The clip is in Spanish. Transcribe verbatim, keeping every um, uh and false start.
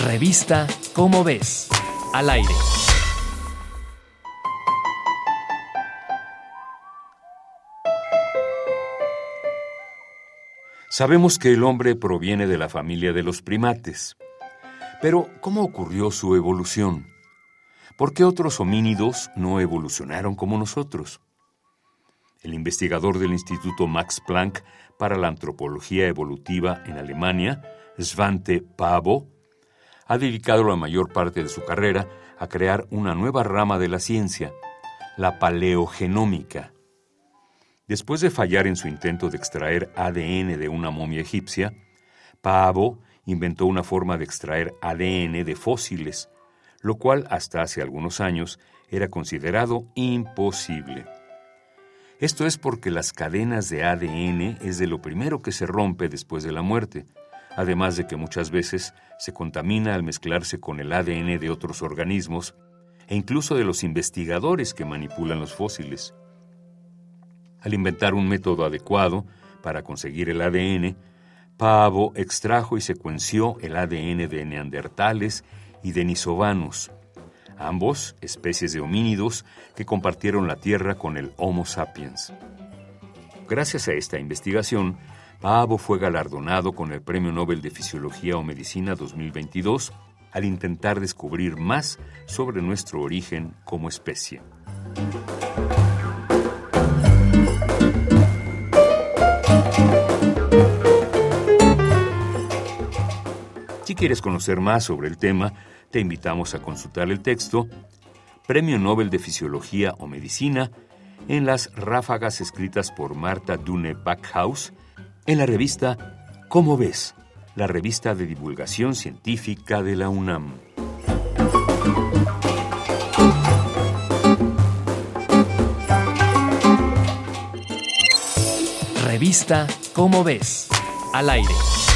Revista Cómo Ves, al aire. Sabemos que el hombre proviene de la familia de los primates. Pero, ¿cómo ocurrió su evolución? ¿Por qué otros homínidos no evolucionaron como nosotros? El investigador del Instituto Max Planck para la Antropología Evolutiva en Alemania, Svante Pääbo, ha dedicado la mayor parte de su carrera a crear una nueva rama de la ciencia, la paleogenómica. Después de fallar en su intento de extraer A D N de una momia egipcia, Pääbo inventó una forma de extraer A D N de fósiles, lo cual hasta hace algunos años era considerado imposible. Esto es porque las cadenas de A D N es de lo primero que se rompe después de la muerte, además de que muchas veces se contamina al mezclarse con el A D N de otros organismos e incluso de los investigadores que manipulan los fósiles. Al inventar un método adecuado para conseguir el A D N, Pääbo extrajo y secuenció el A D N de neandertales y denisovanos, ambos especies de homínidos que compartieron la Tierra con el Homo sapiens. Gracias a esta investigación, Pääbo fue galardonado con el Premio Nobel de Fisiología o Medicina dos mil veintidós al intentar descubrir más sobre nuestro origen como especie. Si quieres conocer más sobre el tema, te invitamos a consultar el texto Premio Nobel de Fisiología o Medicina en las ráfagas escritas por Marta Dune Backhaus en la revista Cómo Ves, la revista de divulgación científica de la UNAM. Revista Cómo Ves, al aire.